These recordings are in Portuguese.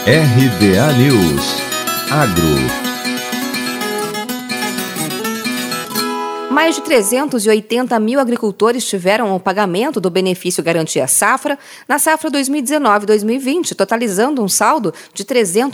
RBA News Agro. Mais de 380 mil agricultores tiveram o pagamento do benefício Garantia Safra na safra 2019-2020, totalizando um saldo de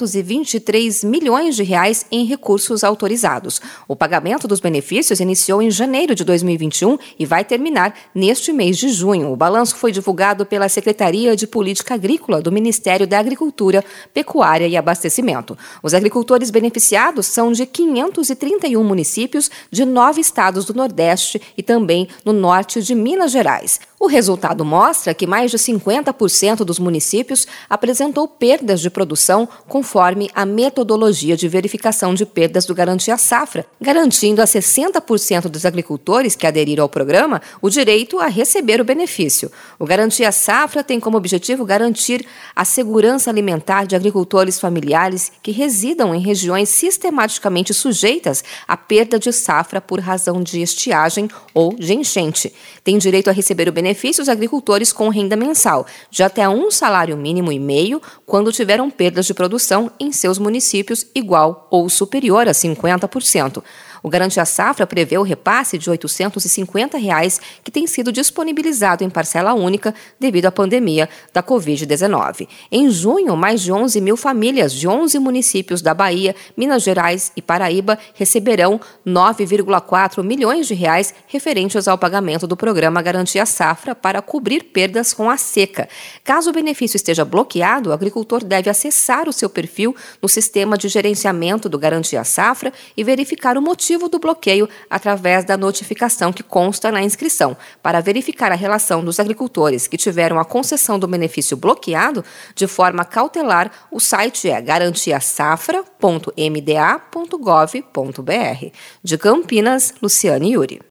323 milhões de reais em recursos autorizados. O pagamento dos benefícios iniciou em janeiro de 2021 e vai terminar neste mês de junho. O balanço foi divulgado pela Secretaria de Política Agrícola do Ministério da Agricultura, Pecuária e Abastecimento. Os agricultores beneficiados são de 531 municípios de 9 estados do Nordeste e também no norte de Minas Gerais. O resultado mostra que mais de 50% dos municípios apresentou perdas de produção conforme a metodologia de verificação de perdas do Garantia Safra, garantindo a 60% dos agricultores que aderiram ao programa o direito a receber o benefício. O Garantia Safra tem como objetivo garantir a segurança alimentar de agricultores familiares que residam em regiões sistematicamente sujeitas à perda de safra por razão de estiagem ou de enchente. Tem direito a receber o benefício os agricultores com renda mensal de até um salário mínimo e meio quando tiveram perdas de produção em seus municípios igual ou superior a 50%. O Garantia Safra prevê o repasse de R$ 850 que tem sido disponibilizado em parcela única devido à pandemia da Covid-19. Em junho, mais de 11 mil famílias de 11 municípios da Bahia, Minas Gerais e Paraíba receberão R$ 9,4 milhões referentes ao pagamento do programa Garantia Safra para cobrir perdas com a seca. Caso o benefício esteja bloqueado, o agricultor deve acessar o seu perfil no sistema de gerenciamento do Garantia Safra e verificar o motivo do bloqueio através da notificação que consta na inscrição. Para verificar a relação dos agricultores que tiveram a concessão do benefício bloqueado de forma cautelar, o site é garantiasafra.mda.gov.br. De Campinas, Luciane Yuri.